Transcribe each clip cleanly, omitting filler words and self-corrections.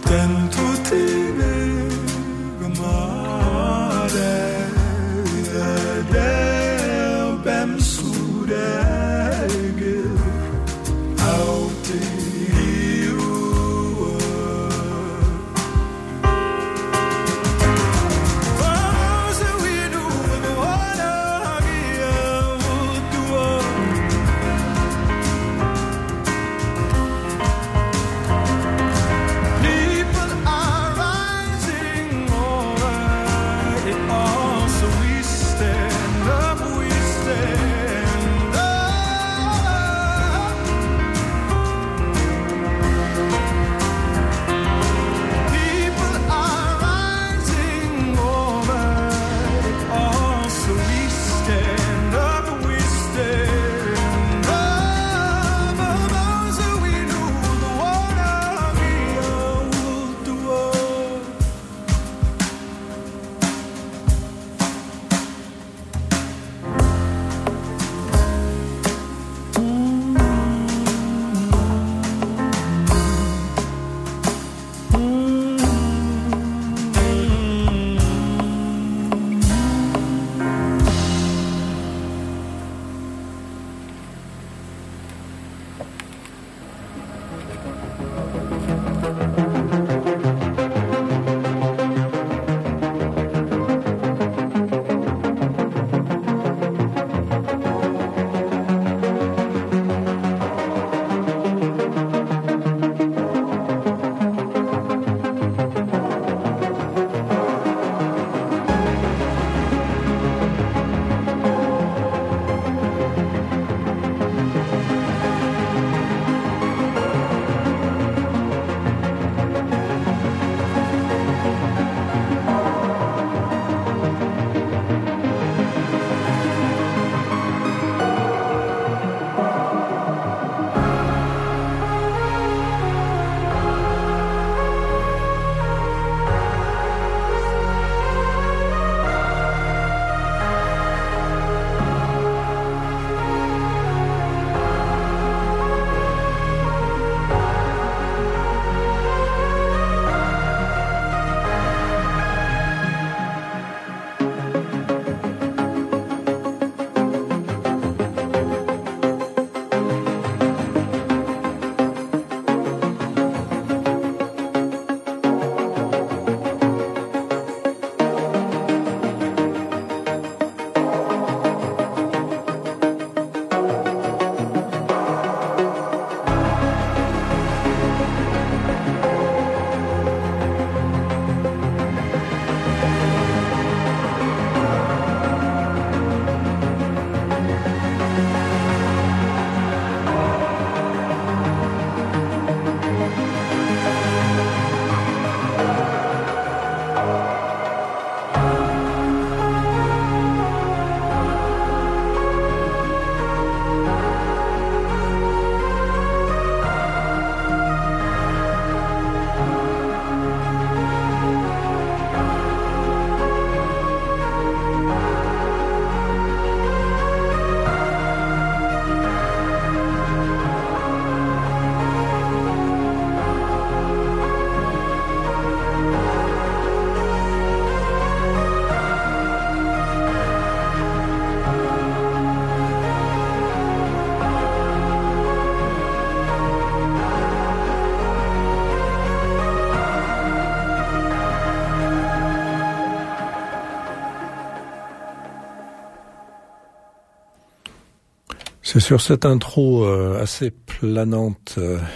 C'est sur cette intro assez planante,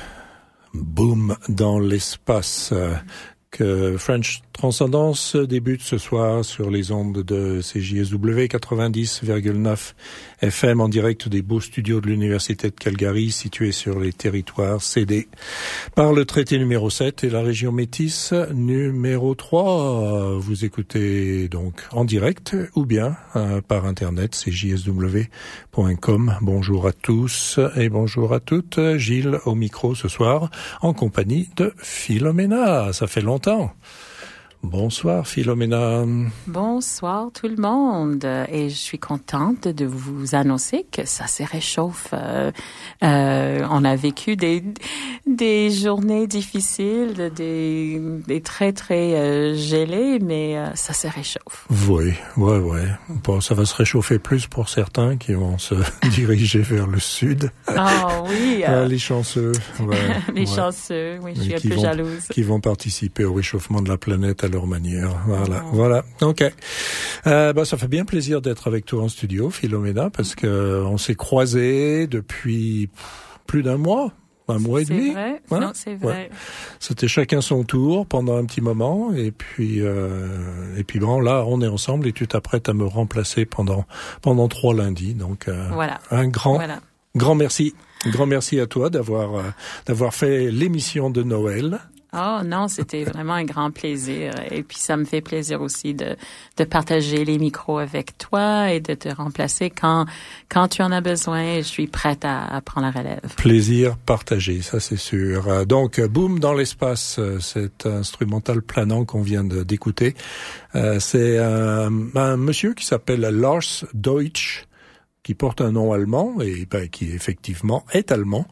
boom dans l'espace, que French Transcendence débute ce soir sur les ondes de CJSW 90,9 FM en direct des beaux studios de l'Université de Calgary situés sur les territoires cédés par le traité numéro 7 et la région métisse numéro 3. Vous écoutez donc en direct ou bien par internet cjsw.com. Bonjour à tous et bonjour à toutes. Gilles au micro ce soir en compagnie de Philomena. Ça fait longtemps. Bonsoir Philomena. Bonsoir tout le monde et je suis contente de vous annoncer que ça se réchauffe. On a vécu des journées difficiles, des très très gelées, mais ça se réchauffe. Oui. Bon, ça va se réchauffer plus pour certains qui vont se diriger vers le sud. Oh oui. Les chanceux. Les chanceux, oui, je suis un peu jalouse. Qui vont participer au réchauffement de la planète à leur manière. Voilà. OK. Ça fait bien plaisir d'être avec toi en studio, Philomena, parce que on s'est croisés depuis plus d'un mois. Un mois et demi. C'est vrai. Hein? Non, c'est vrai. Ouais. C'était chacun son tour pendant un petit moment et puis bon, là, on est ensemble et tu t'apprêtes à me remplacer pendant 3 lundis. Donc, voilà. Un grand merci. Grand merci à toi d'avoir fait l'émission de Noël. Oh non, c'était vraiment un grand plaisir. Et puis ça me fait plaisir aussi de partager les micros avec toi et de te remplacer quand tu en as besoin. Je suis prête à prendre la relève. Plaisir partagé, ça c'est sûr. Donc, Boom dans l'espace, cet instrumental planant qu'on vient d'écouter. C'est un monsieur qui s'appelle Lars Deutsch, qui porte un nom allemand et qui effectivement est allemand.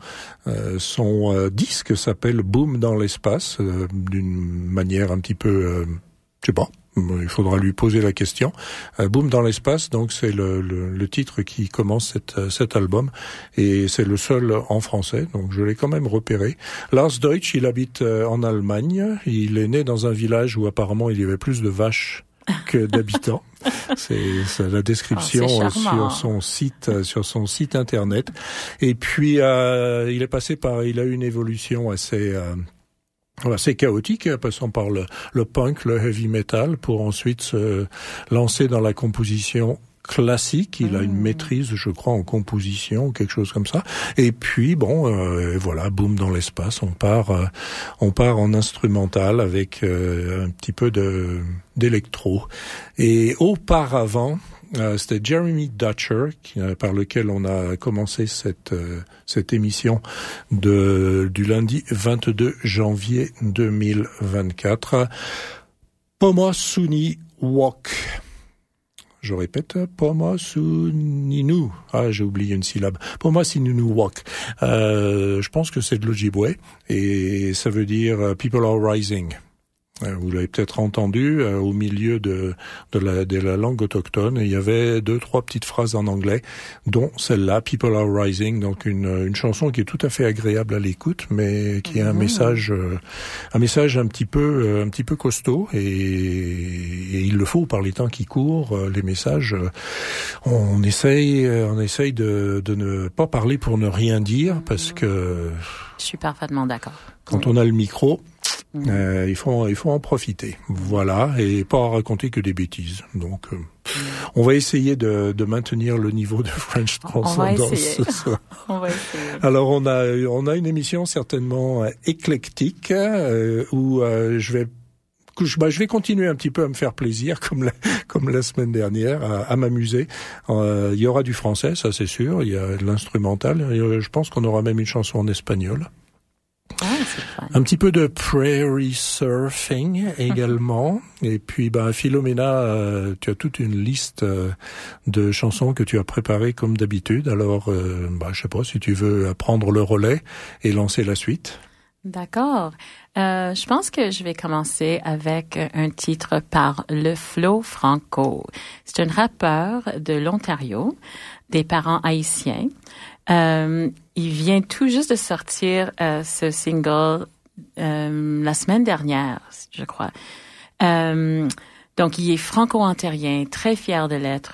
Son disque s'appelle Boom dans l'espace, d'une manière un petit peu, je sais pas, il faudra lui poser la question. Boom dans l'espace, donc c'est le titre qui commence cet album et c'est le seul en français, donc je l'ai quand même repéré. Lars Deutsch, il habite en Allemagne, il est né dans un village où apparemment il y avait plus de vaches que d'habitants. C'est la description sur son site internet. Et puis il a eu une évolution assez chaotique, passant par le punk, le heavy metal, pour ensuite se lancer dans la composition classique. Il a une maîtrise, je crois, en composition ou quelque chose comme ça. Et puis voilà, Boom dans l'espace. On part en instrumental avec un petit peu d'électro. Et auparavant, c'était Jeremy Dutcher par lequel on a commencé cette émission du lundi 22 janvier 2024. Pomosuni Walk. Je répète, Pomosuninu. J'ai oublié une syllabe. Pomosuninu Walk. Je pense que c'est de l'Ojibwe et ça veut dire People are rising. Vous l'avez peut-être entendu, au milieu de la langue autochtone, il y avait 2-3 petites phrases en anglais, dont celle-là, People are rising, donc une chanson qui est tout à fait agréable à l'écoute, mais qui a un message un petit peu costaud, et il le faut par les temps qui courent. Les messages, on essaye de ne pas parler pour ne rien dire, parce que je suis parfaitement d'accord. Quand on a le micro, il faut en profiter. Voilà, et pas raconter que des bêtises. Donc, on va essayer de maintenir le niveau de French Transcendance ce soir. On va essayer. Alors, on a une émission certainement éclectique où je vais continuer un petit peu à me faire plaisir, comme la semaine dernière, à m'amuser. Il y aura du français, ça c'est sûr. Il y a de l'instrumental. Je pense qu'on aura même une chanson en espagnol. Un petit peu de prairie surfing également. Et puis, Philomena, tu as toute une liste de chansons que tu as préparées comme d'habitude. Alors, je sais pas si tu veux prendre le relais et lancer la suite. D'accord. Je pense que je vais commencer avec un titre par Le Flo Franco. C'est un rappeur de l'Ontario, des parents haïtiens. Il vient tout juste de sortir ce single la semaine dernière, je crois. Donc, il est franco-ontarien, très fier de l'être.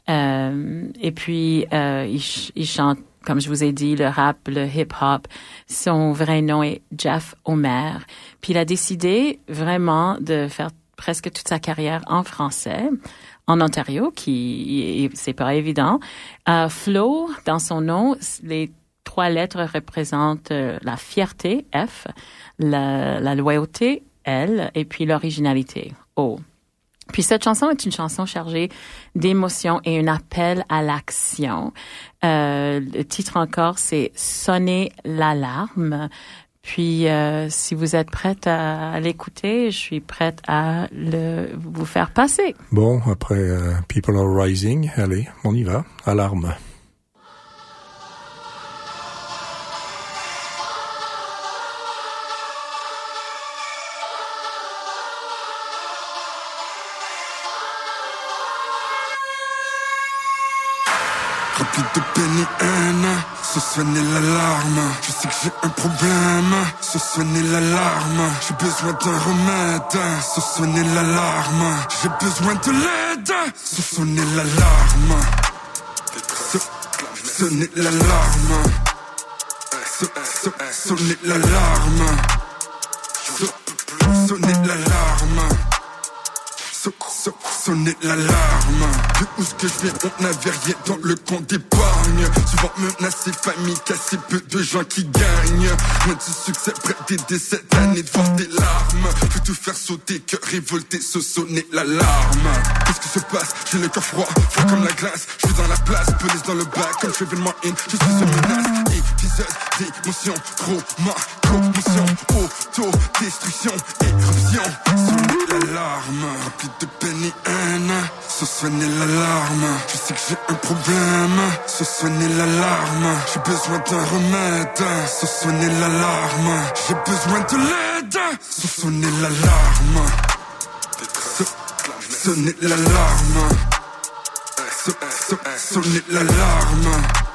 Et puis, il chante, comme je vous ai dit, le rap, le hip-hop. Son vrai nom est Jeff Omer. Puis, il a décidé vraiment de faire presque toute sa carrière en français, en Ontario, c'est pas évident. Flo, dans son nom, les 3 lettres représentent la fierté, F, la loyauté, L, et puis l'originalité, O. Puis cette chanson est une chanson chargée d'émotions et un appel à l'action. Le titre encore, c'est « Sonner l'alarme ». Puis, si vous êtes prête à l'écouter, je suis prête à vous faire passer. Bon, après People Are Rising, allez, on y va. Alarme. Rempli de peine et haine, ce sonner l'alarme. Je sais que j'ai un problème, ce sonner l'alarme. J'ai besoin d'un remède, ce sonner l'alarme. J'ai besoin de l'aide, ce sonner l'alarme. Sonner l'alarme. Sonner l'alarme. Sonner l'alarme. Sonner l'alarme. De où ce que je viens, on n'avait rien dans le compte d'épargne. Souvent menacé, famille cassée, peu de gens qui gagnent. Loin du succès, près d'aider cette année de voir des larmes. Je veux tout faire sauter, cœur révolté, sonner l'alarme. Qu'est-ce qui se passe? J'ai le cœur froid, froid comme la glace. Je suis dans la place, police dans le bac, comme je fais événement in. Je suis une menace, épisode d'émotion, trauma, commotion, autodestruction, éruption. Sonner l'alarme, rempli de peine et haine. Ce sonner l'alarme. Je sais que j'ai un problème. Ce sonner l'alarme. J'ai besoin d'un remède. Ce sonner l'alarme. J'ai besoin de l'aide. Ce sonner l'alarme. Sonner l'alarme. Sonner l'alarme.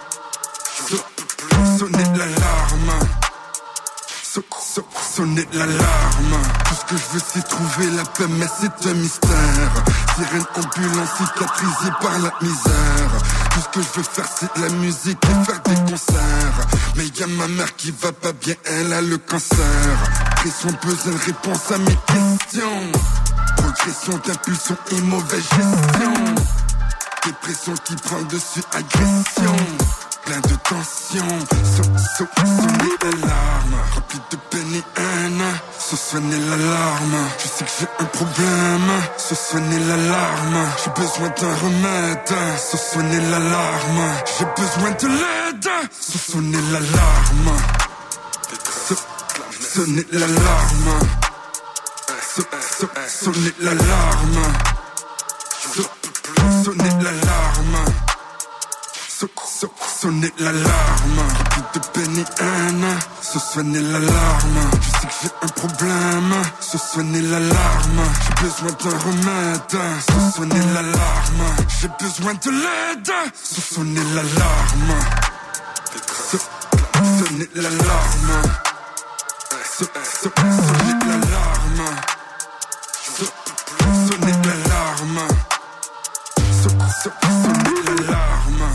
Sonner l'alarme. Sonner l'alarme. Tout ce que je veux c'est trouver la paix, mais c'est un mystère. Sirène ambulance cicatrisée par la misère. Tout ce que je veux faire c'est de la musique et faire des concerts. Mais y'a ma mère qui va pas bien, elle a le cancer. Pression, besoin de réponse à mes questions. Progression d'impulsion et mauvaise gestion. Dépression qui prend le dessus, agression. Plein de tension, sonner l'alarme. Rempli de peine et haine, sonner l'alarme. Je sais que j'ai un problème, sonner l'alarme. J'ai besoin d'un remède, sonner l'alarme. J'ai besoin de l'aide, sonner l'alarme. Sonner l'alarme. Sonner l'alarme. Sonner l'alarme. Sonner l'alarme. Rempli de peine et haine, sonner l'alarme. Je sais que j'ai un problème, sonner l'alarme. J'ai besoin d'un remède, sonner l'alarme. J'ai besoin de l'aide, sonner l'alarme. Sonner l'alarme. Sonner l'alarme. Sonner l'alarme. Sonner l'alarme.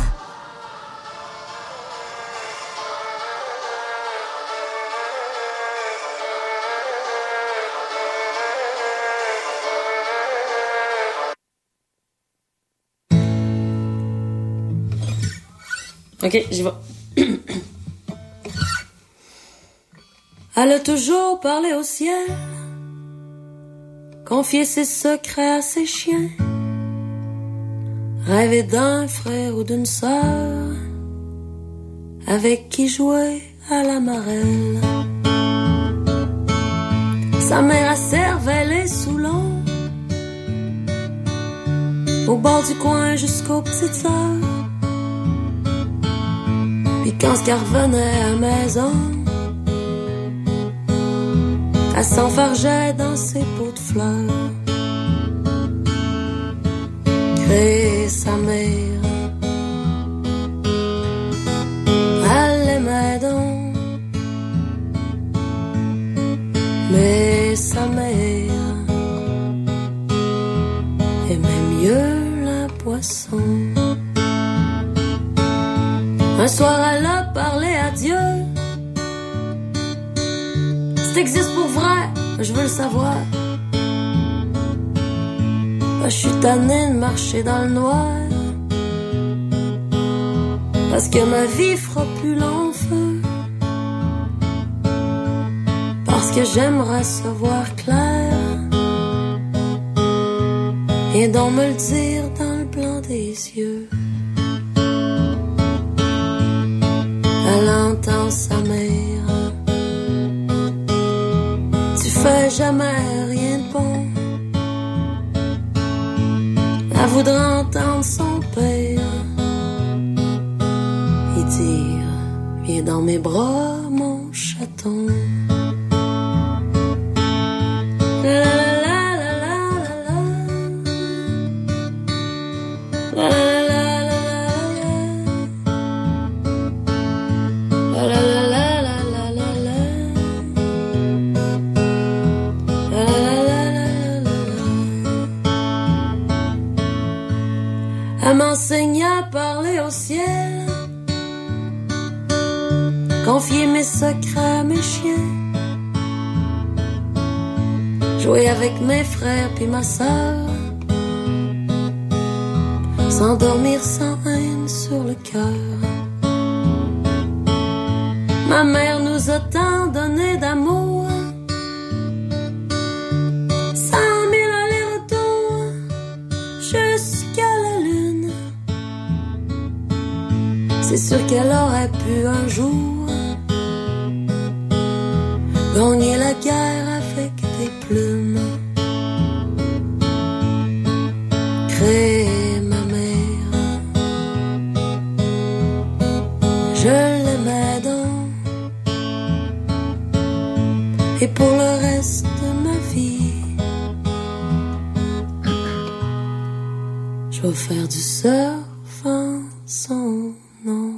Ok, j'y vais. Elle a toujours parlé au ciel, confié ses secrets à ses chiens, rêvé d'un frère ou d'une sœur, avec qui jouer à la marelle. Sa mère à Cervelle et Soulon, au bord du coin jusqu'aux petites sœurs. Puis quand ce qu'elle revenait à la maison, elle s'enfargeait dans ses pots de fleurs. Créer sa mère, elle l'aimait donc, mais sa mère aimait mieux la poisson. Un soir elle a parlé à Dieu. Si t'existes pour vrai, je veux le savoir. Je suis tannée de marcher dans le noir, parce que ma vie fera plus long feu, parce que j'aimerais se voir clair, et donc me le dire dans le blanc des yeux. Elle entend sa mère fait jamais rien de bon. Elle voudra entendre son père et dire viens dans mes bras mon chaton. La la la la la la la la. Elle m'enseigne à parler au ciel, confier mes secrets à mes chiens, jouer avec mes frères puis ma sœur, s'endormir sans haine sur le cœur. Ma mère nous a tant donné d'amour, 100 000 allers-retours jusqu'à la lune. C'est sûr qu'elle aurait pu un jour gagner la guerre avec des plumes. Créer ma mère, je l'aimais donc, et pour le reste de ma vie, je vais faire du surf en son nom.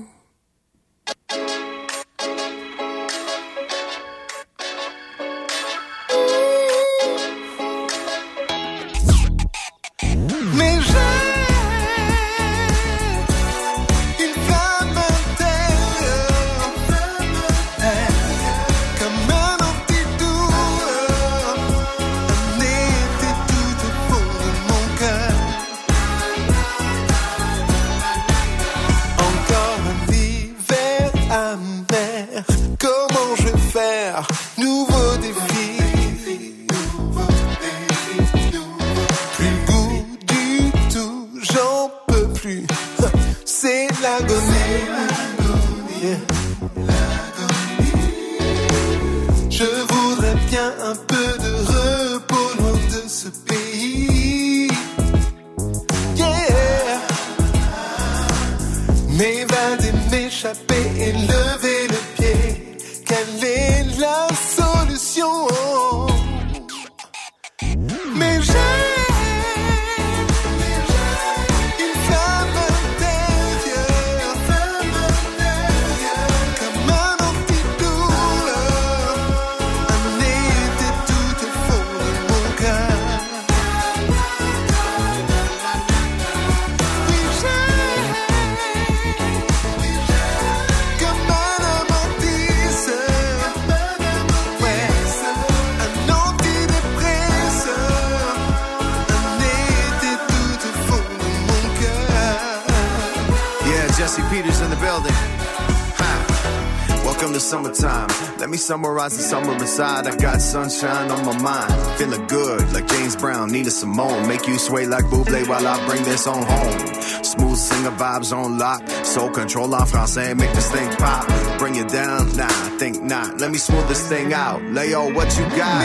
Summertime, let me summarize the summer inside. I got sunshine on my mind, feeling good like James Brown, Nina Simone. Make you sway like Bublé while I bring this on home. Smooth singer vibes on lock, soul control en français, make this thing pop. Bring it down, nah, think not. Let me smooth this thing out. Leo, what you got?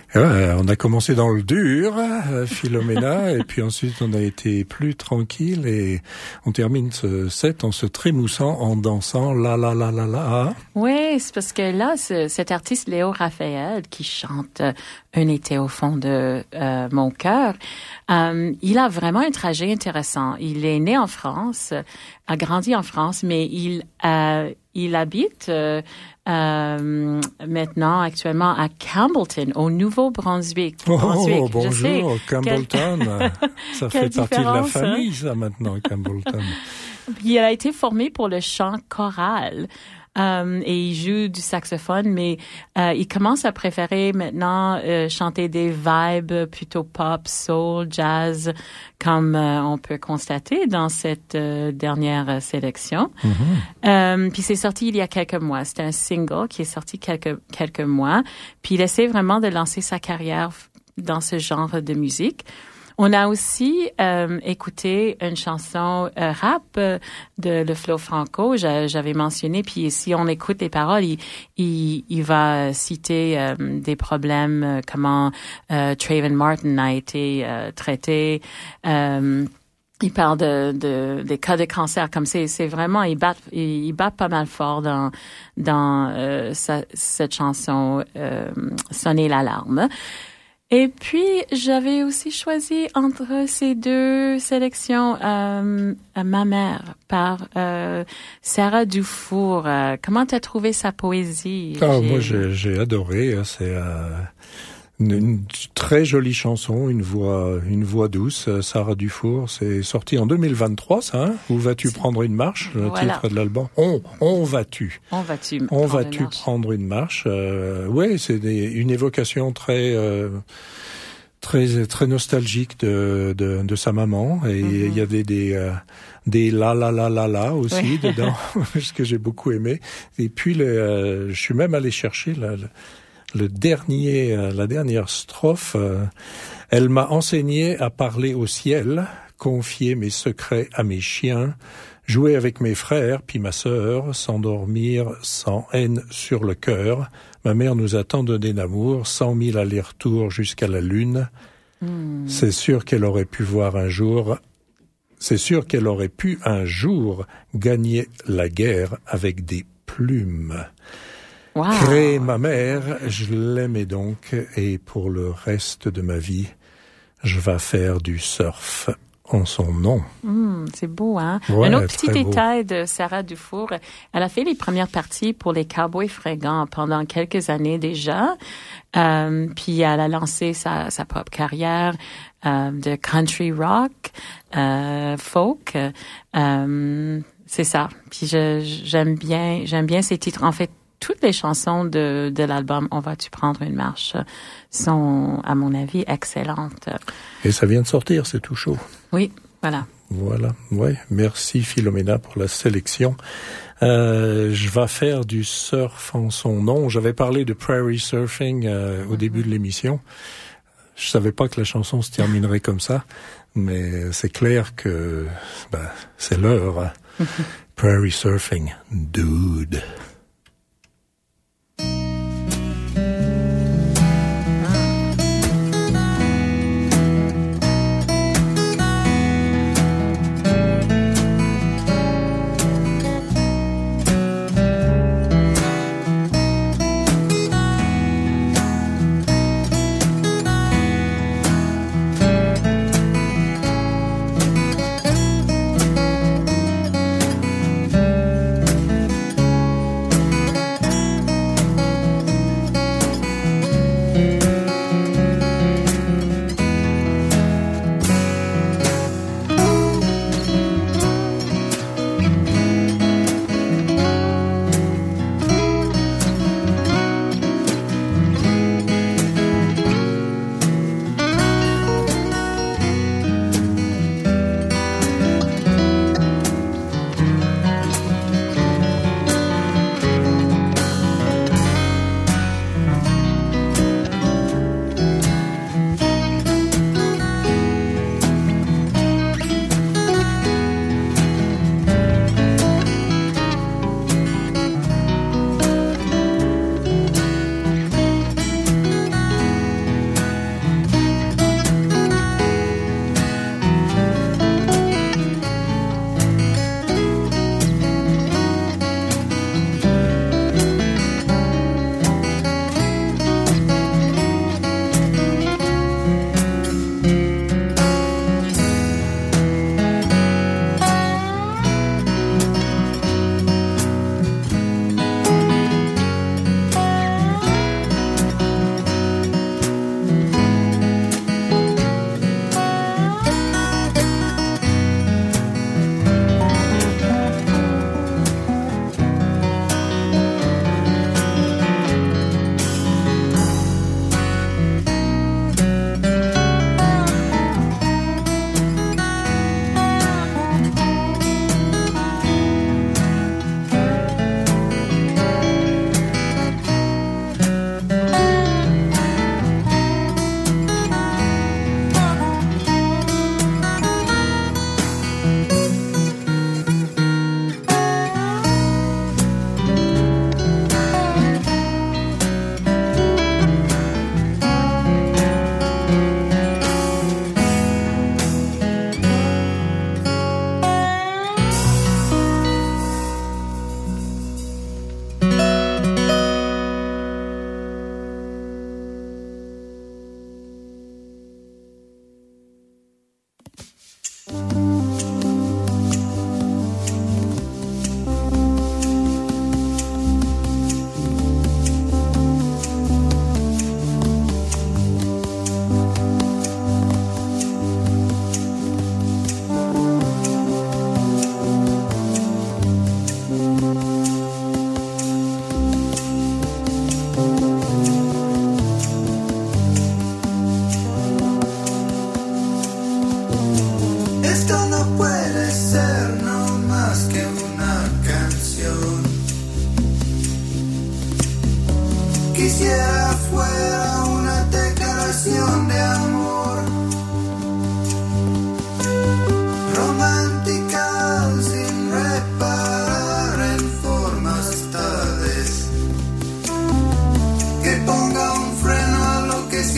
Ouais, on a commencé dans le dur, Philomena, et puis ensuite on a été plus tranquille et on termine ce set en se trémoussant, en dansant la la la la la. Oui, c'est parce que là, cet artiste Léo Raphaël qui chante Un été au fond de mon cœur, il a vraiment un trajet intéressant. Il est né en France, a grandi en France, mais il habite maintenant, actuellement, à Campbellton, au Nouveau-Brunswick. Oh, bonjour, Campbellton. Ça fait partie de la famille, ça, maintenant, Campbellton. Il a été formé pour le chant choral. Et il joue du saxophone, mais il commence à préférer maintenant chanter des vibes plutôt pop, soul, jazz, comme on peut constater dans cette dernière sélection. Mm-hmm. Puis c'est sorti il y a quelques mois. C'était un single qui est sorti quelques mois. Puis il essaie vraiment de lancer sa carrière dans ce genre de musique. On a aussi écouté une chanson rap de Le Flow Franco, j'avais mentionné, puis si on écoute les paroles, il va citer des problèmes, comment Trayvon Martin a été traité. Il parle des cas de cancer, comme c'est vraiment, il bat pas mal fort dans cette chanson Sonner l'alarme. Et puis, j'avais aussi choisi entre ces deux sélections Ma mère par Sarah Dufour. Comment t'as trouvé sa poésie? Moi, j'ai adoré. C'est une très jolie chanson, une voix douce. Sarah Dufour, c'est sorti en 2023, ça. Hein? Où vas-tu prendre une marche? Le titre de l'album. On vas-tu prendre une marche? Ouais, c'est une évocation très nostalgique de sa maman. Et il y avait des la la la la la aussi dedans, ce que j'ai beaucoup aimé. Et puis je suis même allé chercher la dernière strophe. Elle m'a enseigné à parler au ciel, confier mes secrets à mes chiens, jouer avec mes frères puis ma sœur, s'endormir sans haine sur le cœur. Ma mère nous a tant donné d'amour, 100 000 allers-retours jusqu'à la lune. C'est sûr qu'elle aurait pu un jour gagner la guerre avec des plumes. Wow. Créer ma mère, je l'aimais donc, et pour le reste de ma vie, je vais faire du surf en son nom. C'est beau, hein? Ouais, un autre petit beau détail de Sarah Dufour, elle a fait les premières parties pour les Cowboys Fringants pendant quelques années déjà. Puis elle a lancé sa propre carrière de country rock, folk. C'est ça. Puis j'aime bien ces titres. En fait, toutes les chansons de l'album On va-tu prendre une marche sont, à mon avis, excellentes. Et ça vient de sortir, c'est tout chaud. Oui, voilà. Voilà, ouais. Merci Philomena pour la sélection. Je vais faire du surf en son nom. J'avais parlé de prairie surfing au début de l'émission. Je savais pas que la chanson se terminerait comme ça, mais c'est clair que c'est l'heure. Prairie surfing, dude.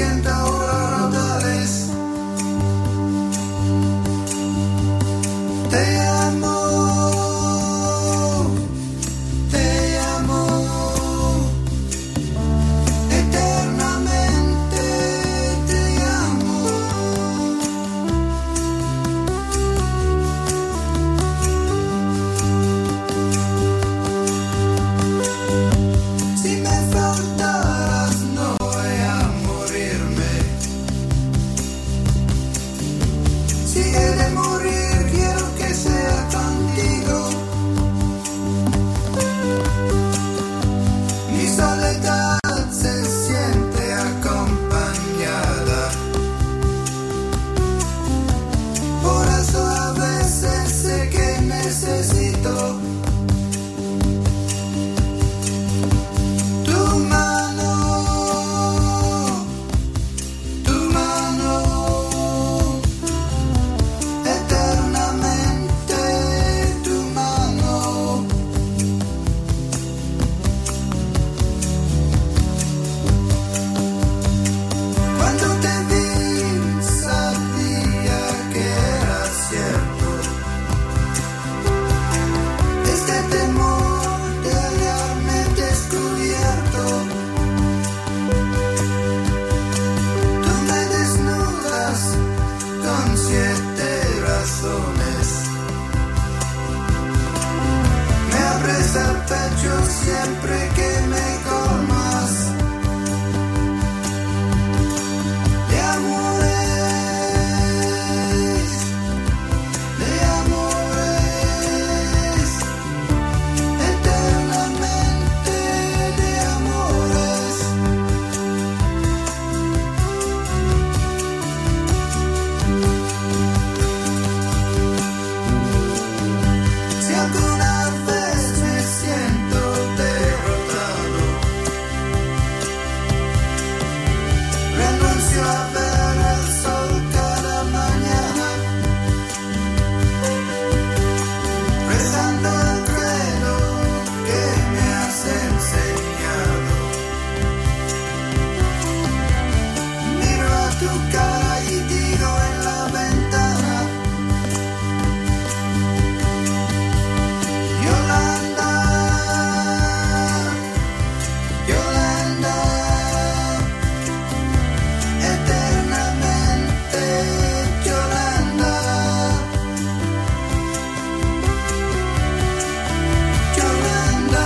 sienta ahora raudales. Te amo. Siempre que me colmas de amores, eternamente de amores. Si alguna vez me siento renuncio a ver el sol cada mañana, rezando el credo que me has enseñado. Miro a tu cara y digo en la ventana: Yolanda, Yolanda. Eternamente Yolanda, Yolanda,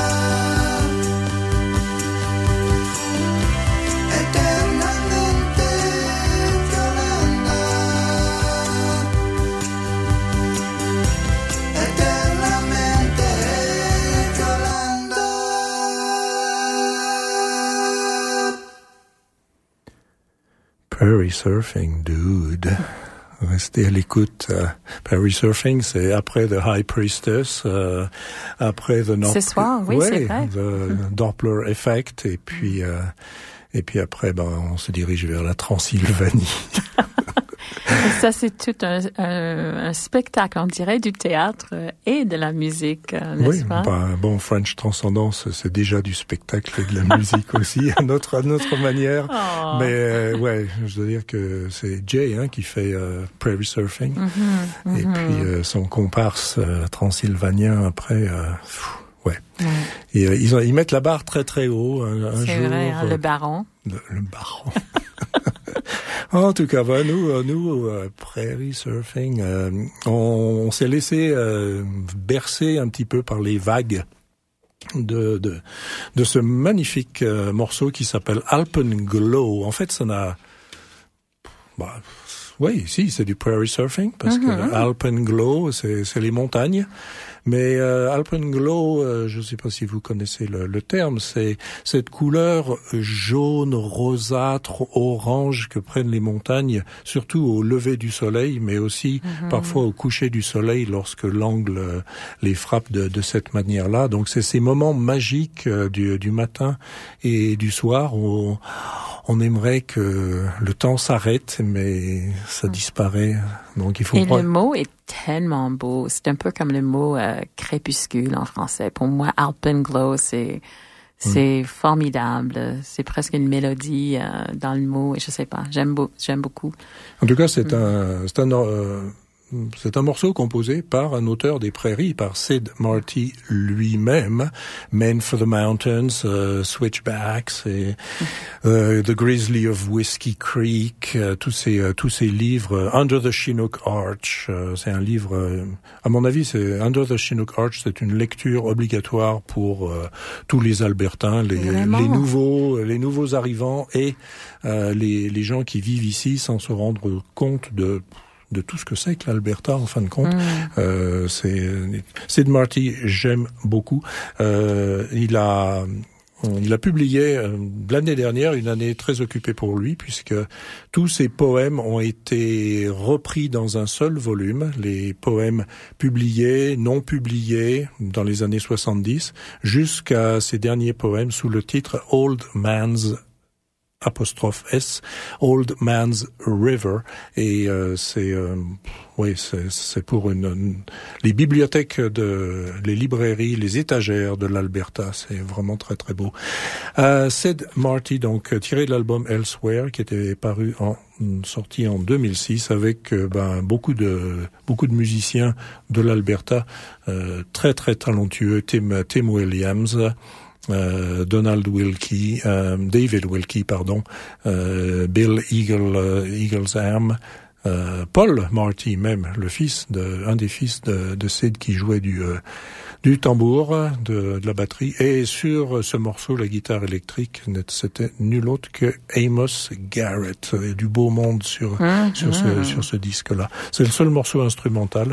eternamente Yolanda, eternamente Yolanda. Prairie Surfing, dude. Restez à l'écoute. Prairie Surfing, c'est après The High Priestess, après The Ce soir, oui, c'est vrai. The Doppler Effect, et puis après, on se dirige vers la Transylvanie. Ça, c'est tout un spectacle, on dirait, du théâtre et de la musique, n'est-ce pas? French Transcendance, c'est déjà du spectacle et de la musique aussi, à notre manière. Oh. Mais je dois dire que c'est Jay qui fait Prairie Surfing, et puis son comparse transylvanien après. Et ils mettent la barre très très haut. Un c'est jour, vrai, le baron. Le baron. En tout cas, nous, Prairie Surfing, on s'est laissé bercer un petit peu par les vagues de ce magnifique morceau qui s'appelle Alpenglow. En fait, ça n'a... c'est du Prairie Surfing, parce que Alpenglow, c'est les montagnes. Mais Alpenglow, je ne sais pas si vous connaissez le terme, c'est cette couleur jaune, rosâtre, orange que prennent les montagnes, surtout au lever du soleil, mais aussi parfois au coucher du soleil lorsque l'angle les frappe de cette manière-là. Donc c'est ces moments magiques du matin et du soir où on aimerait que le temps s'arrête, mais ça disparaît. Donc il faut le mot est tellement beau. C'est un peu comme le mot crépuscule en français. Pour moi, Alpenglow, c'est C'est formidable. C'est presque une mélodie dans le mot. Et je sais pas. J'aime beaucoup. En tout cas, c'est un morceau composé par un auteur des prairies, par Sid Marty lui-même. Men for the Mountains, Switchbacks, et The Grizzly of Whiskey Creek, tous ces livres. Under the Chinook Arch, c'est un livre. À mon avis, c'est Under the Chinook Arch, c'est une lecture obligatoire pour tous les Albertains, les nouveaux arrivants et les gens qui vivent ici sans se rendre compte de tout ce que c'est que l'Alberta, en fin de compte. C'est Sid Marty, j'aime beaucoup. Il a publié l'année dernière, une année très occupée pour lui, puisque tous ses poèmes ont été repris dans un seul volume, les poèmes publiés, non publiés, dans les années 70, jusqu'à ses derniers poèmes sous le titre Old Man's ', Old Man's River, et c'est pour les bibliothèques les librairies, les étagères de l'Alberta, c'est vraiment très très beau. Sid Marty, donc tiré de l'album Elsewhere, qui était sorti en 2006, avec beaucoup de musiciens de l'Alberta, très très talentueux, Tim Williams, Donald Wilkie, David Wilkie, Bill Eaglesham, Paul Marty même, un des fils de Sid qui jouait du tambour, de la batterie, et sur ce morceau, la guitare électrique, c'était nul autre que Amos Garrett, et du beau monde sur ce disque-là. C'est le seul morceau instrumental.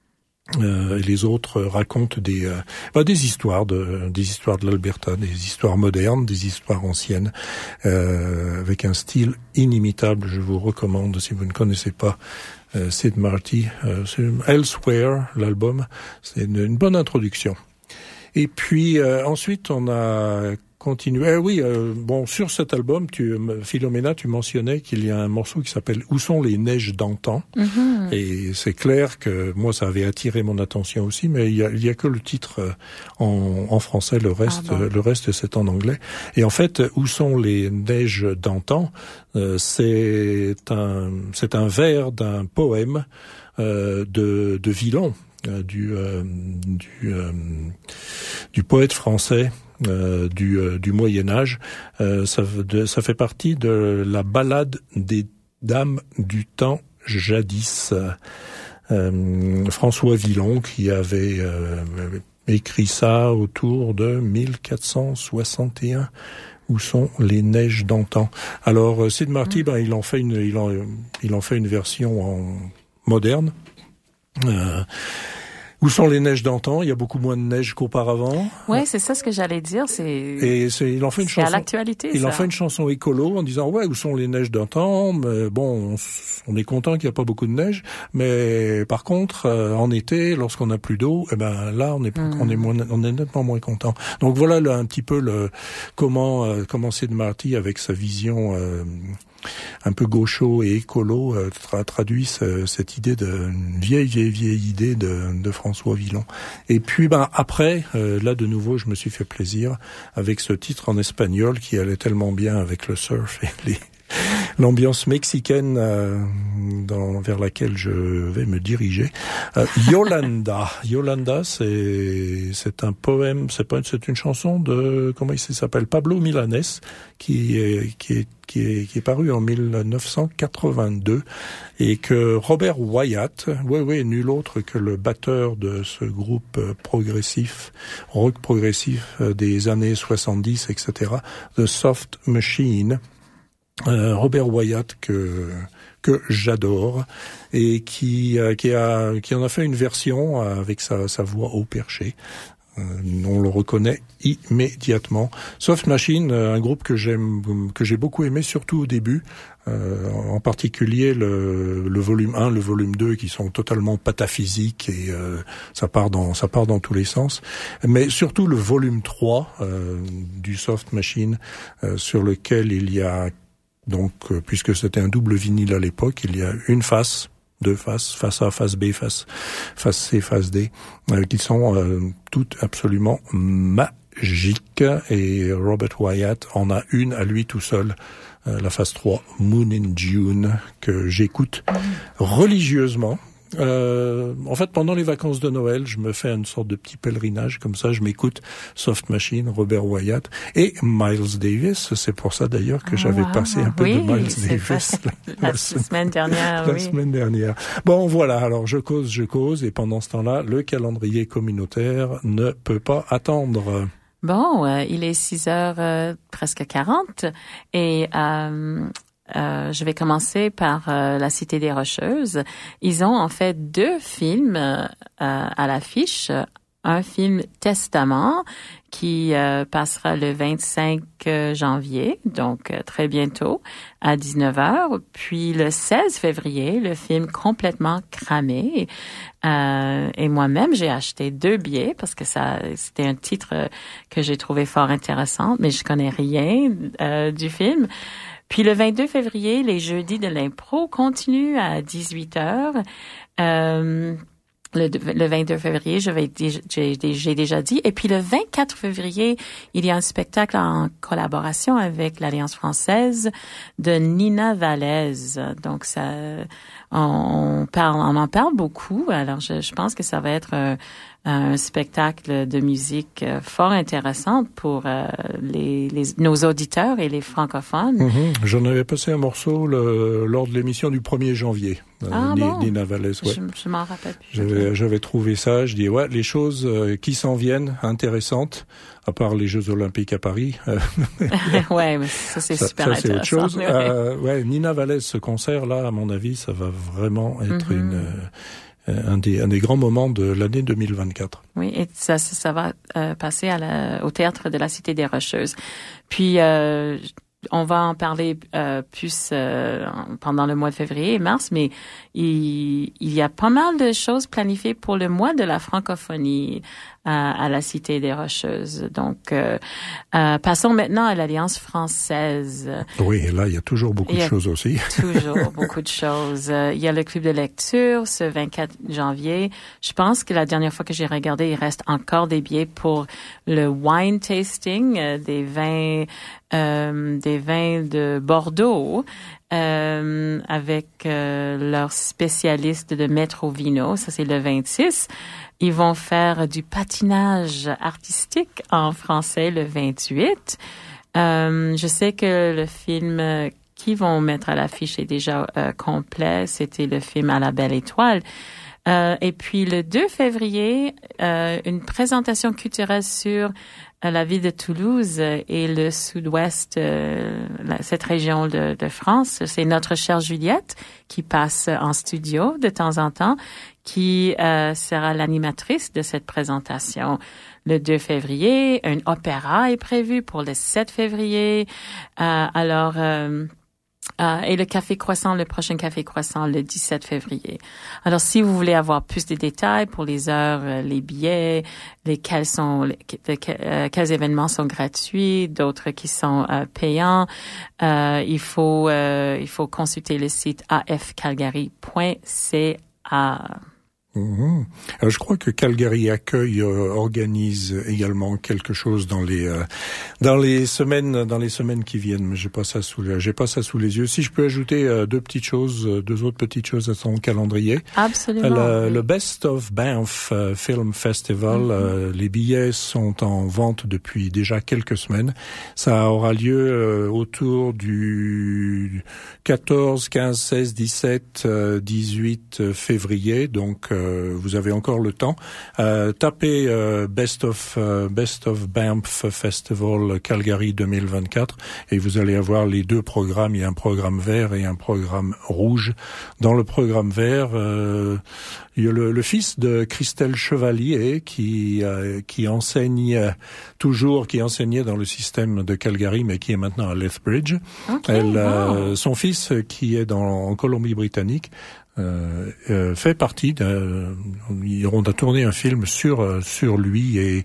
Et les autres racontent des histoires de l'Alberta, des histoires modernes, des histoires anciennes, avec un style inimitable. Je vous recommande, si vous ne connaissez pas Sid Marty, c'est Elsewhere, l'album, c'est une bonne introduction. Et puis ensuite on a continué. Sur cet album, Philomena, tu mentionnais qu'il y a un morceau qui s'appelle Où sont les neiges d'antan. Et c'est clair que moi, ça avait attiré mon attention aussi, mais il y a que le titre en français, le reste c'est en anglais. Et en fait, Où sont les neiges d'antan, c'est un vers d'un poème de Villon, du poète français du Moyen-Âge. Ça fait partie de la ballade des dames du temps jadis. François Villon qui avait écrit ça autour de 1461. Où sont les neiges d'antan? Alors Sid Marty, il en fait une version moderne. Où sont les neiges d'antan? Il y a beaucoup moins de neige qu'auparavant. Ouais, c'est ça ce que j'allais dire. Il en fait une chanson. À l'actualité. Il en fait une chanson écolo en disant où sont les neiges d'antan? Mais bon, on est content qu'il n'y a pas beaucoup de neige, mais par contre, en été, lorsqu'on n'a plus d'eau, là, on est nettement moins content. Donc voilà un petit peu comment Sid Marty, avec sa vision un peu gaucho et écolo, traduit cette idée une vieille idée de François Villon. Et puis après, là de nouveau, je me suis fait plaisir avec ce titre en espagnol qui allait tellement bien avec le surf et l'ambiance mexicaine vers laquelle je vais me diriger. Yolanda, c'est un poème, c'est une chanson de comment il s'appelle, Pablo Milanés, qui est paru en 1982 et que Robert Wyatt, nul autre que le batteur de ce groupe rock progressif des années 70, etc., The Soft Machine. Robert Wyatt que j'adore et qui en a fait une version avec sa voix haut perché. On le reconnaît immédiatement. Soft Machine, un groupe que j'ai beaucoup aimé, surtout au début, en particulier le volume 1, le volume 2, qui sont totalement pataphysiques et ça part dans tous les sens. Mais surtout le volume 3 du Soft Machine, sur lequel il y a donc, puisque c'était un double vinyle à l'époque, il y a une face, deux faces, face A, face B, face C, face D, qui sont toutes absolument magnifiques. magique et Robert Wyatt en a une à lui tout seul, la phase 3, Moon in June, que j'écoute religieusement. En fait, pendant les vacances de Noël, je me fais une sorte de petit pèlerinage, comme ça, je m'écoute Soft Machine, Robert Wyatt et Miles Davis. C'est pour ça d'ailleurs que j'avais passé un peu de Miles Davis la semaine dernière. La semaine dernière. Bon, voilà. Alors, je cause, et pendant ce temps-là, le calendrier communautaire ne peut pas attendre. Bon, il est 6h presque 40 et je vais commencer par La Cité des Rocheuses. Ils ont en fait 2 films à l'affiche. Un film Testament qui passera le 25 janvier, donc très bientôt, à 19h. Puis le 16 février, le film Complètement cramé. Et moi-même, j'ai acheté 2 billets parce que c'était un titre que j'ai trouvé fort intéressant, mais je connais rien du film. Puis le 22 février, les jeudis de l'impro continuent à 18h. Le 22 février, j'ai déjà dit. Et puis le 24 février, il y a un spectacle en collaboration avec l'Alliance française de Nina Valaise. Donc on en parle beaucoup. Alors je pense que ça va être un spectacle de musique fort intéressant pour nos auditeurs et les francophones. J'en avais passé un morceau lors de l'émission du 1er janvier. Nina Valaise, ouais. Je m'en rappelle plus. J'avais trouvé ça, je dis les choses qui s'en viennent intéressantes, à part les Jeux Olympiques à Paris. Ouais, mais ça c'est super intéressant. C'est autre chose. Nina Valaise, ce concert là, à mon avis, ça va vraiment être un des grands moments de l'année 2024. Oui, et ça va passer au Théâtre de la Cité des Rocheuses. Puis on va en parler plus pendant le mois de février et mars, mais il y a pas mal de choses planifiées pour le mois de la francophonie à la Cité des Rocheuses. Donc, passons maintenant à l'Alliance française. Oui, et là, il y a toujours beaucoup de choses aussi. Toujours beaucoup de choses. Il y a le club de lecture ce 24 janvier. Je pense que la dernière fois que j'ai regardé, il reste encore des billets pour le wine tasting des vins de Bordeaux avec leurs spécialistes de Metro Vino. Ça, c'est le 26. Ils vont faire du patinage artistique en français le 28. Je sais que le film qu'ils vont mettre à l'affiche est déjà complet. C'était le film À la Belle Étoile. Et puis le 2 février, une présentation culturelle sur la ville de Toulouse et le sud-ouest, cette région de France. C'est notre chère Juliette qui passe en studio de temps en temps, qui sera l'animatrice de cette présentation. Le 2 février, un opéra est prévu pour le 7 février. Et le Café Croissant, le prochain Café Croissant, le 17 février. Alors, si vous voulez avoir plus de détails pour les heures, les billets, quels événements sont gratuits, d'autres qui sont payants, il faut consulter le site afcalgary.ca. Alors, je crois que Calgary Accueil organise également quelque chose dans les semaines qui viennent, mais j'ai pas ça sous les yeux. Si je peux ajouter deux autres petites choses à son calendrier. Absolument. Le Best of Banff Film Festival, les billets sont en vente depuis déjà quelques semaines. Ça aura lieu autour du 14, 15, 16, 17, 18 février, donc vous avez encore le temps. Tapez Best of Banff Festival Calgary 2024 et vous allez avoir les deux programmes. Il y a un programme vert et un programme rouge. Dans le programme vert, il y a le fils de Christelle Chevalier qui enseignait dans le système de Calgary, mais qui est maintenant à Lethbridge. Okay, son fils, qui est en Colombie-Britannique, fait partie on a tourné un film sur lui et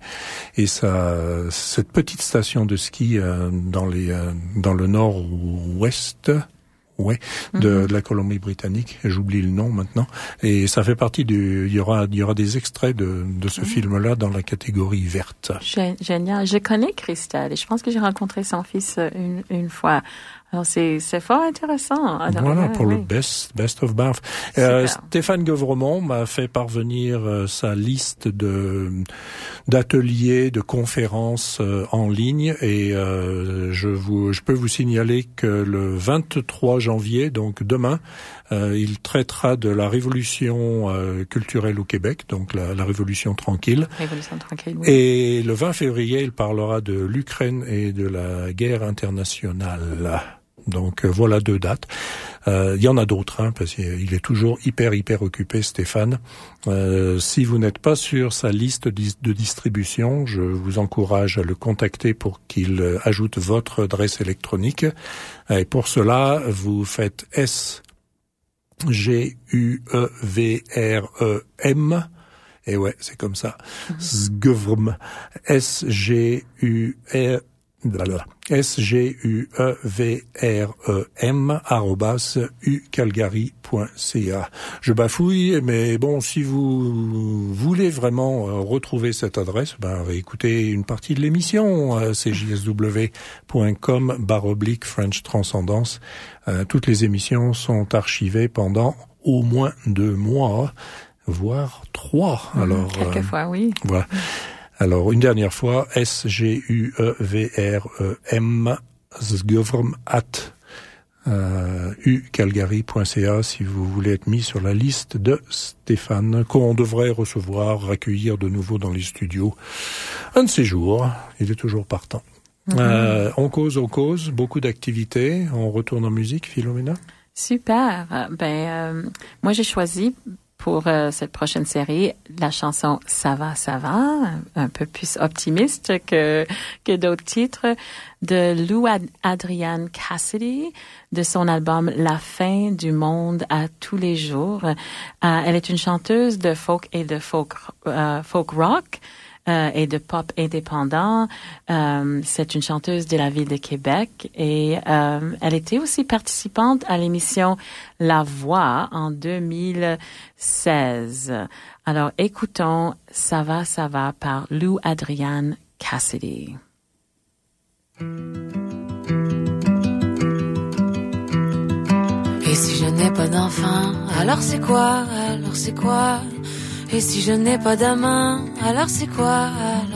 cette petite station de ski dans le nord-ouest ouais, de la Colombie-Britannique. J'oublie le nom maintenant. Et ça fait partie il y aura des extraits de ce film-là dans la catégorie verte. Génial. Je connais Christelle et je pense que j'ai rencontré son fils une fois. Alors, c'est fort intéressant. Alors, voilà, pour le Best of Banff. Stéphane Gueuvremont m'a fait parvenir sa liste d'ateliers, de conférences en ligne et je peux vous signaler que le 23 janvier, donc demain, il traitera de la révolution culturelle au Québec, donc la révolution tranquille. Révolution tranquille, oui. Et le 20 février, il parlera de l'Ukraine et de la guerre internationale. Donc voilà 2 dates. Il y en a d'autres, parce qu'il est toujours hyper occupé, Stéphane. Si vous n'êtes pas sur sa liste de distribution, je vous encourage à le contacter pour qu'il ajoute votre adresse électronique. Et pour cela, vous faites SGUEVREM. Et ouais, c'est comme ça. SGUEVREM. SGUEVREM@ucalgary.ca. Je bafouille, mais bon, si vous voulez vraiment retrouver cette adresse, écoutez une partie de l'émission, cjsw.com/French Transcendance. Toutes les émissions sont archivées pendant au moins 2 mois, voire 3. Alors, quelquefois, oui. Voilà. Alors, une dernière fois, SGUEVREM @ucalgary.ca si vous voulez être mis sur la liste de Stéphane, qu'on devrait accueillir de nouveau dans les studios un de ces jours. Il est toujours partant. On cause, beaucoup d'activités. On retourne en musique, Philomena? Super. Moi, j'ai choisi pour cette prochaine série la chanson Ça va, un peu plus optimiste que d'autres titres, de Lou Adrienne Cassidy, de son album La fin du monde à tous les jours. Elle est une chanteuse de folk et de folk rock. Et de pop indépendant. C'est une chanteuse de la ville de Québec et elle était aussi participante à l'émission La Voix en 2016. Alors écoutons Ça va par Lou Adrienne Cassidy. Et si je n'ai pas d'enfant, alors c'est quoi? Et si je n'ai pas d'amant, alors c'est quoi?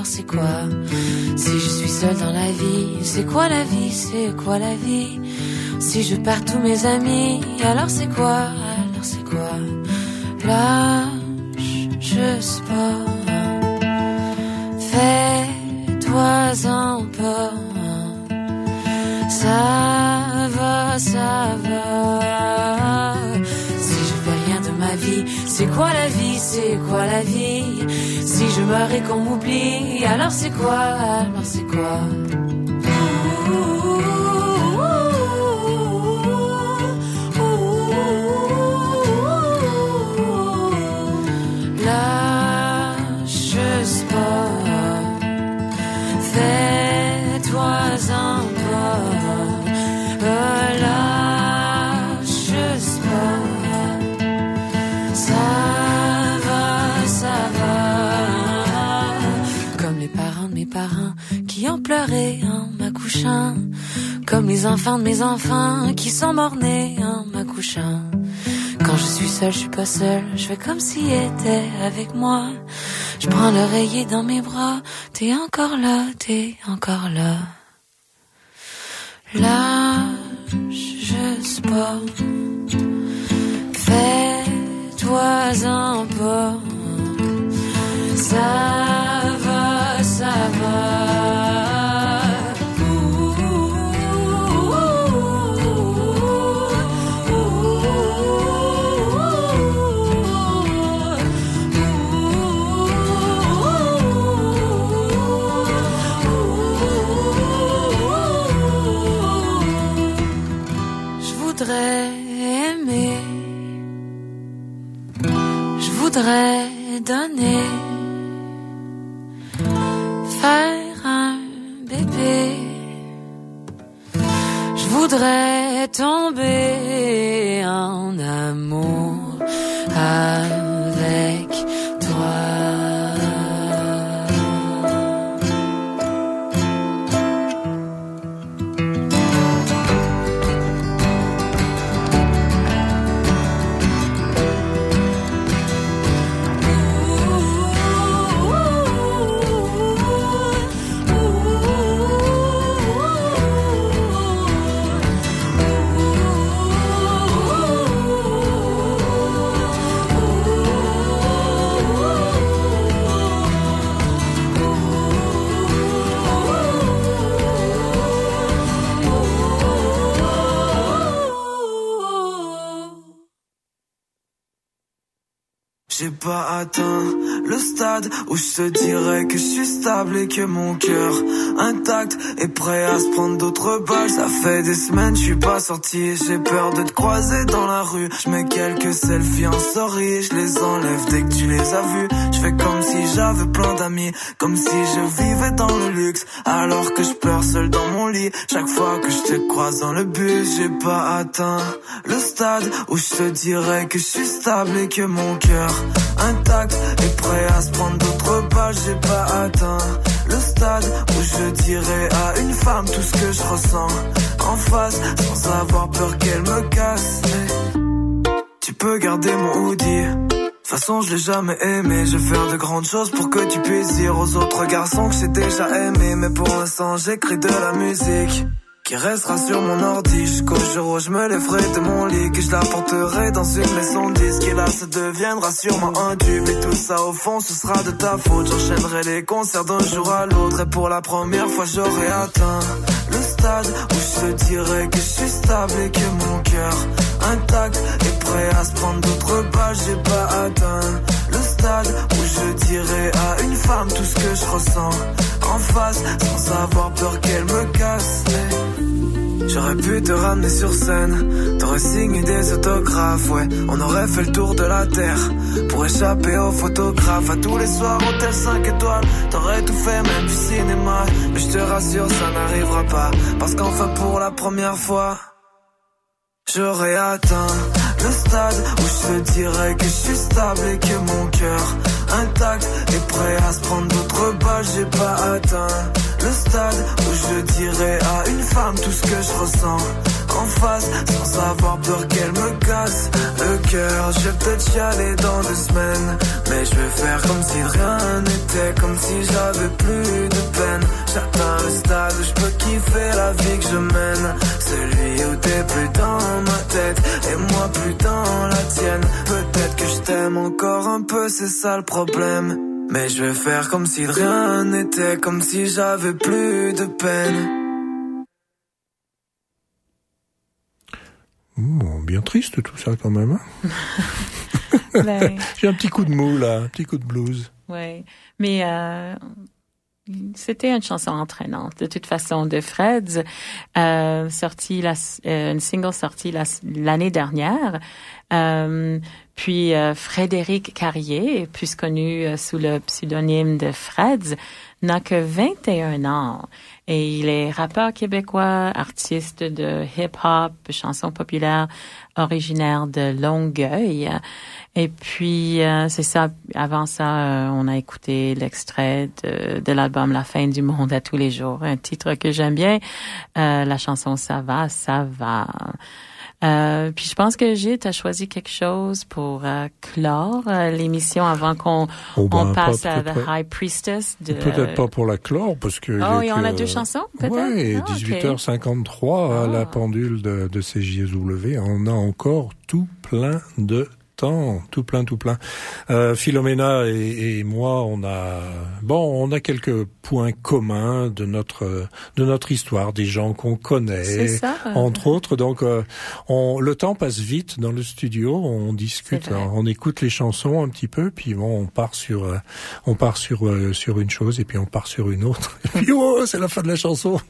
Si je suis seule dans la vie, c'est quoi la vie? Si je perds tous mes amis, alors c'est quoi? Lâche juste pas, fais-toi-en pas, ça va. C'est quoi la vie? Si je meurs et qu'on m'oublie, alors c'est quoi? Lâche juste pas, fais-toi-en pas, lâche juste pas. Mes parents qui ont pleuré en m'accouchant, comme les enfants de mes enfants qui sont morts-nés en m'accouchant. Quand je suis seule, je suis pas seule, je fais comme s'il était avec moi. Je prends l'oreiller dans mes bras, t'es encore là. Lâche juste pas, fais-toi-en pas, ça va. Je voudrais aimer, je voudrais donner, faire un bébé. Je voudrais tomber en amour avec toi. J'ai pas atteint le stade où je te dirais que je suis stable et que mon cœur intact est prêt à se prendre d'autres balles. Ça fait des semaines je suis pas sorti, j'ai peur de te croiser dans la rue. Je mets quelques selfies en story, je les enlève dès que tu les as vus. Je fais comme si j'avais plein d'amis, comme si je vivais dans le luxe, alors que je pleure seul dans mon lit chaque fois que je te croise dans le bus. J'ai pas atteint le stade où je te dirais que je suis stable et que mon cœur intact et prêt à se prendre d'autres balles. J'ai pas atteint le stade où je dirais à une femme tout ce que je ressens en face, sans avoir peur qu'elle me casse. Mais tu peux garder mon hoodie, de toute façon je l'ai jamais aimé. Je vais faire de grandes choses pour que tu puisses dire aux autres garçons que j'ai déjà aimé. Mais pour l'instant j'écris de la musique qui restera sur mon ordi jusqu'au jour où je me lèverai de mon lit, que je la porterai dans une maison de disques. Et là ça deviendra sûrement un tube, et tout ça au fond ce sera de ta faute. J'enchaînerai les concerts d'un jour à l'autre, et pour la première fois j'aurai atteint le stade où je te dirais que je suis stable et que mon cœur intact est prêt à se prendre d'autres balles. J'ai pas atteint le stade où je dirais à une femme tout ce que je ressens en face, sans avoir peur qu'elle me casse. J'aurais pu te ramener sur scène, t'aurais signé des autographes, ouais. On aurait fait le tour de la terre pour échapper aux photographes. À tous les soirs, hôtel 5 étoiles, t'aurais tout fait, même du cinéma. Mais je te rassure, ça n'arrivera pas, parce qu'enfin pour la première fois j'aurais atteint le stade où je te dirais que je suis stable et que mon cœur intact est prêt à se prendre d'autres balles. J'ai pas atteint le stade où je dirais à une femme tout ce que je ressens en face, sans avoir peur qu'elle me casse le cœur. Je vais peut-être chialer dans 2 semaines, mais je vais faire comme si rien n'était, comme si j'avais plus de peine. J'atteins le stade où je peux kiffer la vie que je mène, celui où t'es plus dans ma tête et moi plus dans la tienne. Peut-être que je t'aime encore un peu, c'est ça le problème, mais je vais faire comme si rien n'était, comme si j'avais plus de peine. Bien triste tout ça quand même. Hein. Ben... J'ai un petit coup de mou là, un petit coup de blues. Oui, mais c'était une chanson entraînante. De toute façon, de Freds, sorti une single sortie l'année dernière. Puis Frédéric Carrier, plus connu sous le pseudonyme de Freds, n'a que 21 ans. Et il est rappeur québécois, artiste de hip-hop, chansons populaires, originaire de Longueuil. Et puis, c'est ça, avant ça, on a écouté l'extrait de l'album La fin du monde à tous les jours, un titre que j'aime bien. La chanson Ça va, ça va. Puis je pense que Gilles, t'as choisi quelque chose pour clore l'émission avant qu'on passe à The High Priestess. Peut-être pas pour la clore, parce que... Oh, et on a 2 chansons, peut-être? Oui, 18h53 à la pendule de CJSW. On a encore tout plein de temps, tout plein. Philomena et moi, on a quelques points communs de notre histoire, des gens qu'on connaît, c'est ça, entre autres. Donc, le temps passe vite dans le studio, on discute, on écoute les chansons un petit peu, puis bon, on part sur une chose et puis on part sur une autre. Et puis c'est la fin de la chanson.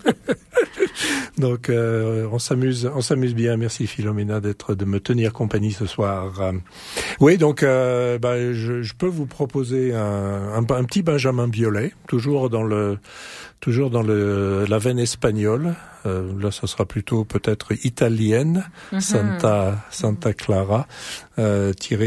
Donc, on s'amuse bien. Merci Philomena de me tenir compagnie ce soir. Oui, donc je peux vous proposer un petit Benjamin Biolay, toujours dans toujours dans la veine espagnole. Là, ça sera plutôt peut-être italienne, Santa Clara, tiré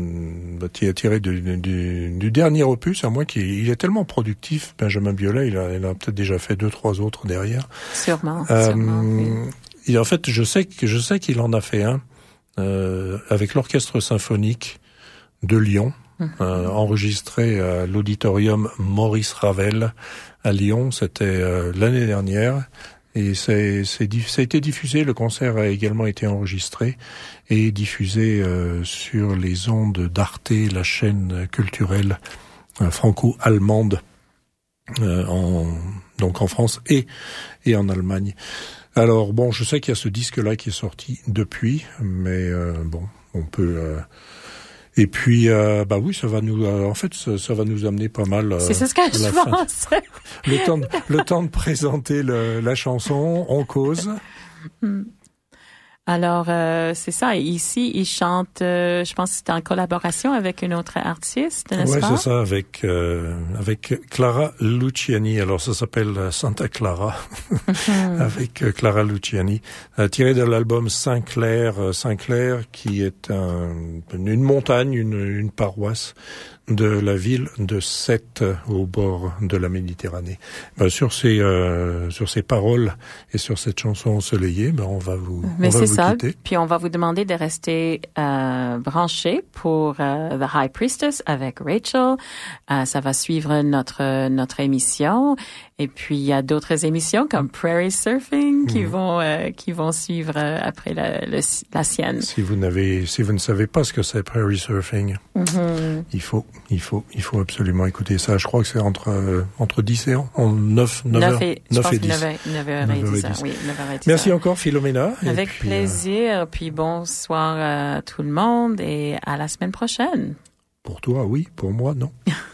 du dernier opus, à moins qu'il est tellement productif, Benjamin Biolay, il a peut-être déjà fait 2-3 autres derrière. Sûrement. Oui. Et en fait, je sais qu'il en a fait un avec l'orchestre symphonique de Lyon, enregistré à l'auditorium Maurice Ravel à Lyon. C'était l'année dernière. Et ça a été diffusé, le concert a également été enregistré et diffusé sur les ondes d'Arte, la chaîne culturelle franco-allemande, donc en France et en Allemagne. Alors bon, je sais qu'il y a ce disque-là qui est sorti depuis, mais bon, on peut... Et puis, oui, ça va nous, en fait, ça va nous amener pas mal. C'est ce que je pense. Le temps de présenter la chanson, on cause. Alors, c'est ça. Ici, il chante, je pense que c'est en collaboration avec une autre artiste, n'est-ce pas? Oui, c'est ça, avec Clara Luciani. Alors, ça s'appelle Santa Clara, avec Clara Luciani, tiré de l'album Saint-Clair, qui est une montagne, une paroisse de la ville de Sète, au bord de la Méditerranée. Sur ces paroles et sur cette chanson ensoleillée, on va vous quitter. Puis on va vous demander de rester branchés pour The High Priestess avec Rachel. Ça va suivre notre émission. Et puis il y a d'autres émissions comme Prairie Surfing qui vont suivre après la sienne. Si vous ne savez pas ce que c'est Prairie Surfing, il faut absolument écouter ça. Je crois que c'est entre 10 et 9 et 10. 9h10. Oui, 9h10. Merci encore, Philomena. Avec plaisir. Puis bonsoir à tout le monde et à la semaine prochaine. Pour toi, oui. Pour moi, non.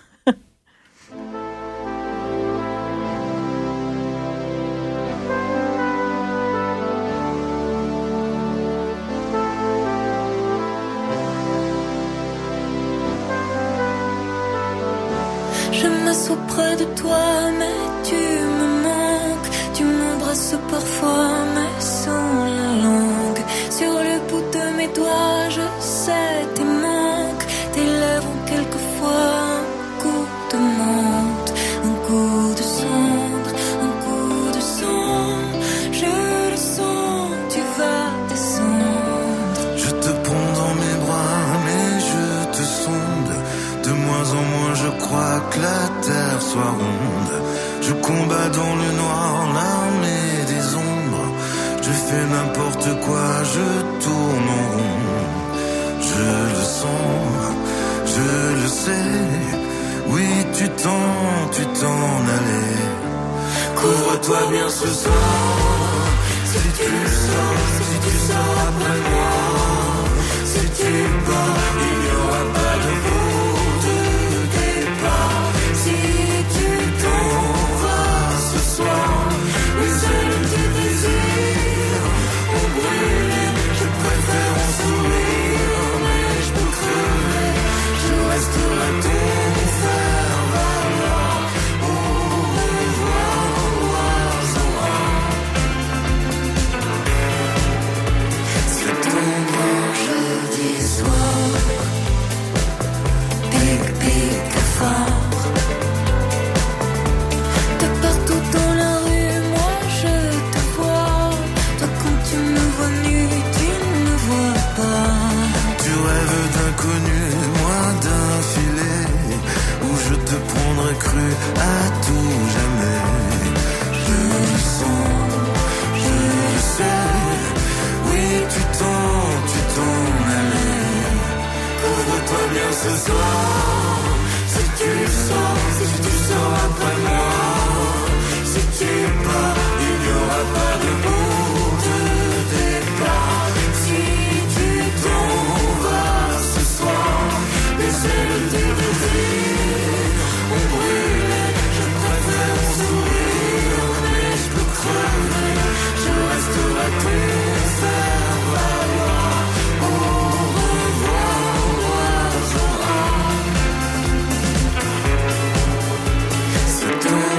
Je m'assois près de toi, mais tu me manques. Tu m'embrasses parfois, mais sans la langue. Sur le bout de mes doigts, je sais tes manques. Tes lèvres ont quelquefois un coup de menthe, un coup de cendre, un coup de sang. Je le sens, tu vas descendre. Je te prends dans mes bras, mais je te sonde. De moins en moins je crois que la terre soit ronde. Je combats dans le noir l'armée des ombres. Je fais n'importe quoi, je tourne en rond. Je le sens, je le sais. Oui, tu t'en allais. Couvre-toi bien ce soir. Si tu sors après moi. Si tu pars, il n'y aura pas de route de départ. Si tu t'en vas ce soir, les ailes du désir ont brûlé. Je préfère en sourire, mais je peux crever. Je resterai ton faire valoir. Au revoir, c'est ton grand jeudi soir. Pique fort. De partout dans la rue, moi je te vois. Toi quand tu me vois nu, tu ne me vois pas. Tu rêves d'inconnu, moi d'un filet où je te prendrai cru à tout jamais. Je le sens, je le sais. Oui, tu t'en allais. Couvre-toi bien ce soir. Si tu sors après moi. Si tu pars, il n'y aura pas de bout de départ. Si tu t'en vas ce soir, les ailes du désir ont brûlé. Je préfère en sourire, mais je peux crever. Je resterai ton faire valoir. Au revoir, c'est ton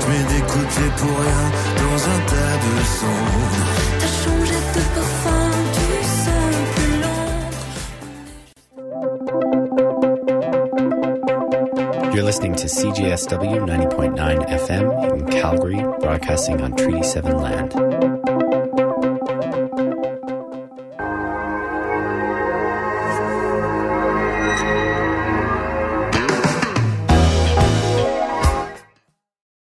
mais d'écouter pour rien dans un tas de cendres. T'as changé de parfum, tu sens plus long. You're listening to CJSW 90.9 FM in Calgary, broadcasting on Treaty 7 land.